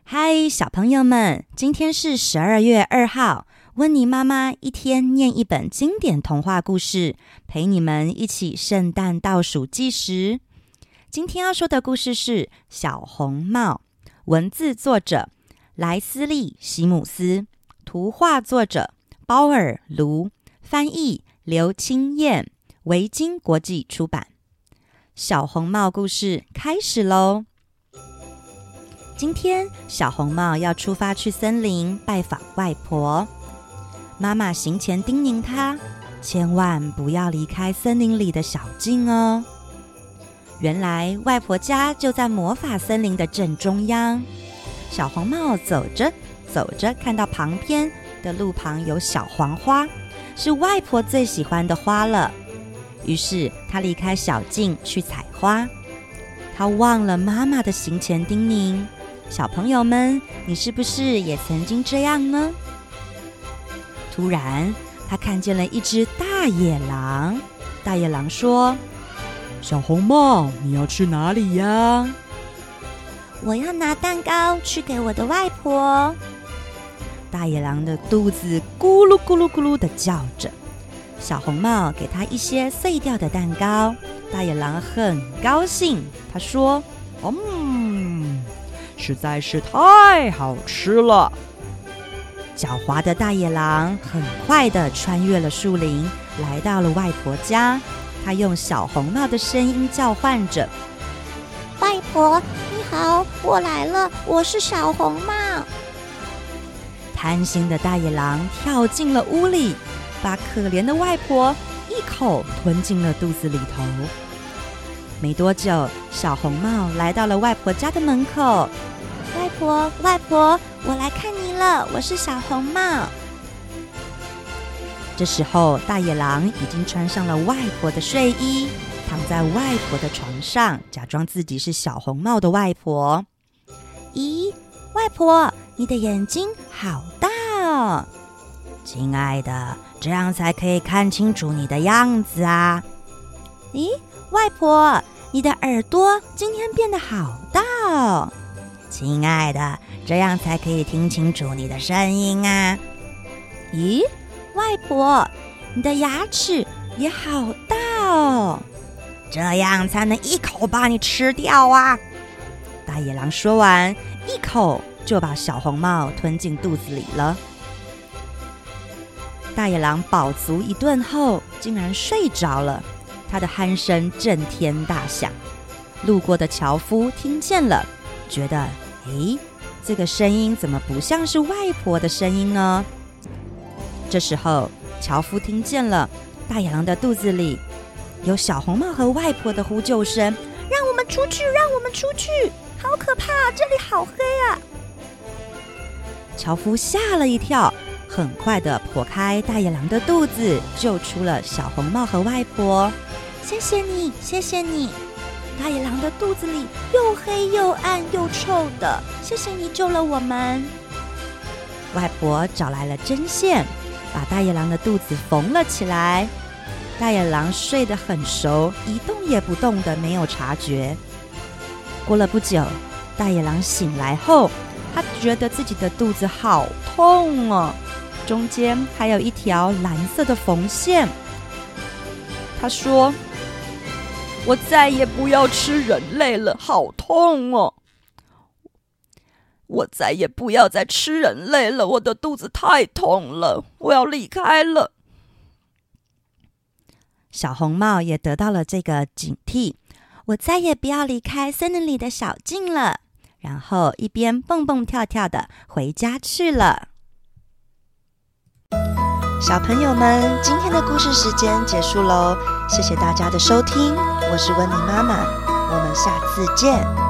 嗨，小朋友们，今天是12月2号，温妮妈妈一天念一本经典童话故事，陪你们一起圣诞倒数计时。今天要说的故事是小红帽，文字作者莱斯利·席姆斯，图画作者包尔·卢，翻译刘清燕，维京国际出版。小红帽故事开始咯。今天小红帽要出发去森林拜访外婆，妈妈行前叮咛她，千万不要离开森林里的小径哦。原来外婆家就在魔法森林的正中央。小红帽走着走着，看到旁边的路旁有小黄花，是外婆最喜欢的花了。于是她离开小径去采花。她忘了妈妈的行前叮咛。小朋友们，你是不是也曾经这样呢？突然，他看见了一只大野狼。大野狼说：“ 小红帽，你要去哪里呀？”“ 我要拿蛋糕去给我的外婆。” 大野狼的肚子咕噜咕噜咕噜地叫着。小红帽给他一些碎掉的蛋糕。大野狼很高兴，他说：“ 实在是太好吃了。” 狡猾的大野狼很快地穿越了树林，来到了外婆家。他用小红帽的声音叫唤着：“ 外婆，你好，我来了，我是小红帽。” 贪心的大野狼跳进了屋里，把可怜的外婆一口吞进了肚子里头。没多久，小红帽来到了外婆家的门口。“ 外婆，外婆，我来看你了，我是小红帽。” 这时候，大野狼已经穿上了外婆的睡衣，躺在外婆的床上，假装自己是小红帽的外婆。 “咦，外婆，你的眼睛好大哦。”“ 亲爱的，这样才可以看清楚你的样子啊。”“ 咦，外婆，你的耳朵今天变得好大哦。”“ 亲爱的，这样才可以听清楚你的声音啊。”“ 咦，外婆，你的牙齿也好大哦。”“ 这样才能一口把你吃掉啊！”大野狼说完，一口就把小红帽吞进肚子里了。大野狼饱足一顿后，竟然睡着了。他的鼾声震天大响，路过的樵夫听见了，觉得这个声音怎么不像是外婆的声音呢？这时候樵夫听见了大野狼的肚子里有小红帽和外婆的呼救声：“ 让我们出去，让我们出去，好可怕，这里好黑啊！” 樵夫吓了一跳，很快地破开大野狼的肚子，救出了小红帽和外婆。 “谢谢你，谢谢你！大野狼的肚子里又黑又暗又臭的，谢谢你救了我们。” 外婆找来了针线，把大野狼的肚子缝了起来。大野狼睡得很熟，一动也不动的，没有察觉。过了不久，大野狼醒来后，他觉得自己的肚子好痛哦，中间还有一条蓝色的缝线。他说：“ 我再也不要吃人类了，好痛哦！我再也不要再吃人类了，我的肚子太痛了，我要离开了。” 小红帽也得到了这个警惕， 我再也不要离开森林里的小径了， 然后一边蹦蹦跳跳的回家去了。小朋友们，今天的故事时间结束喽，谢谢大家的收听，我是温妮妈妈，我们下次见。